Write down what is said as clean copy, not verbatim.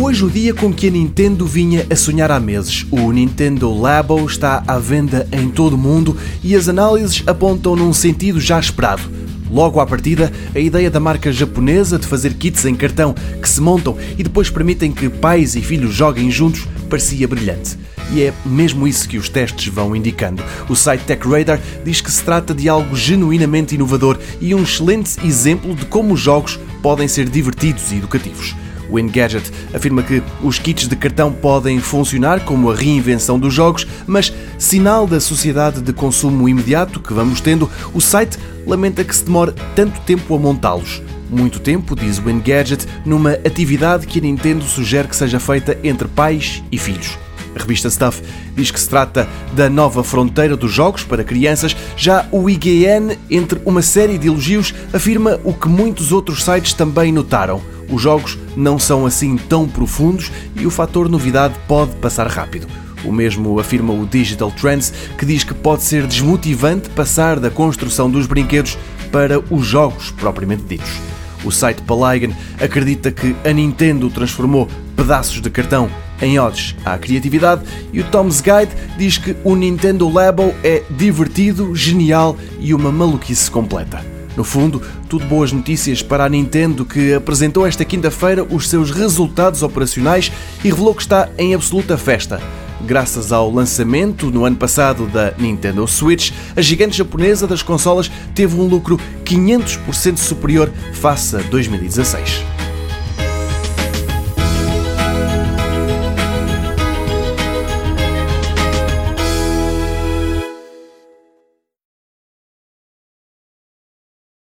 hoje o dia com que a Nintendo vinha a sonhar há meses. O Nintendo Labo está à venda em todo o mundo e as análises apontam num sentido já esperado. Logo à partida, a ideia da marca japonesa de fazer kits em cartão que se montam e depois permitem que pais e filhos joguem juntos parecia brilhante. E é mesmo isso que os testes vão indicando. O site TechRadar diz que se trata de algo genuinamente inovador e um excelente exemplo de como os jogos podem ser divertidos e educativos. O Engadget afirma que os kits de cartão podem funcionar como a reinvenção dos jogos, mas, sinal da sociedade de consumo imediato que vamos tendo, o site lamenta que se demore tanto tempo a montá-los. Muito tempo, diz o Engadget, numa atividade que a Nintendo sugere que seja feita entre pais e filhos. A revista Stuff diz que se trata da nova fronteira dos jogos para crianças. Já o IGN, entre uma série de elogios, afirma o que muitos outros sites também notaram. Os jogos não são assim tão profundos e o fator novidade pode passar rápido. O mesmo afirma o Digital Trends, que diz que pode ser desmotivante passar da construção dos brinquedos para os jogos propriamente ditos. O site Polygon acredita que a Nintendo transformou pedaços de cartão em odes à criatividade e o Tom's Guide diz que o Nintendo Labo é divertido, genial e uma maluquice completa. No fundo, tudo boas notícias para a Nintendo, que apresentou esta quinta-feira os seus resultados operacionais e revelou que está em absoluta festa. Graças ao lançamento no ano passado da Nintendo Switch, a gigante japonesa das consolas teve um lucro 500% superior face a 2016.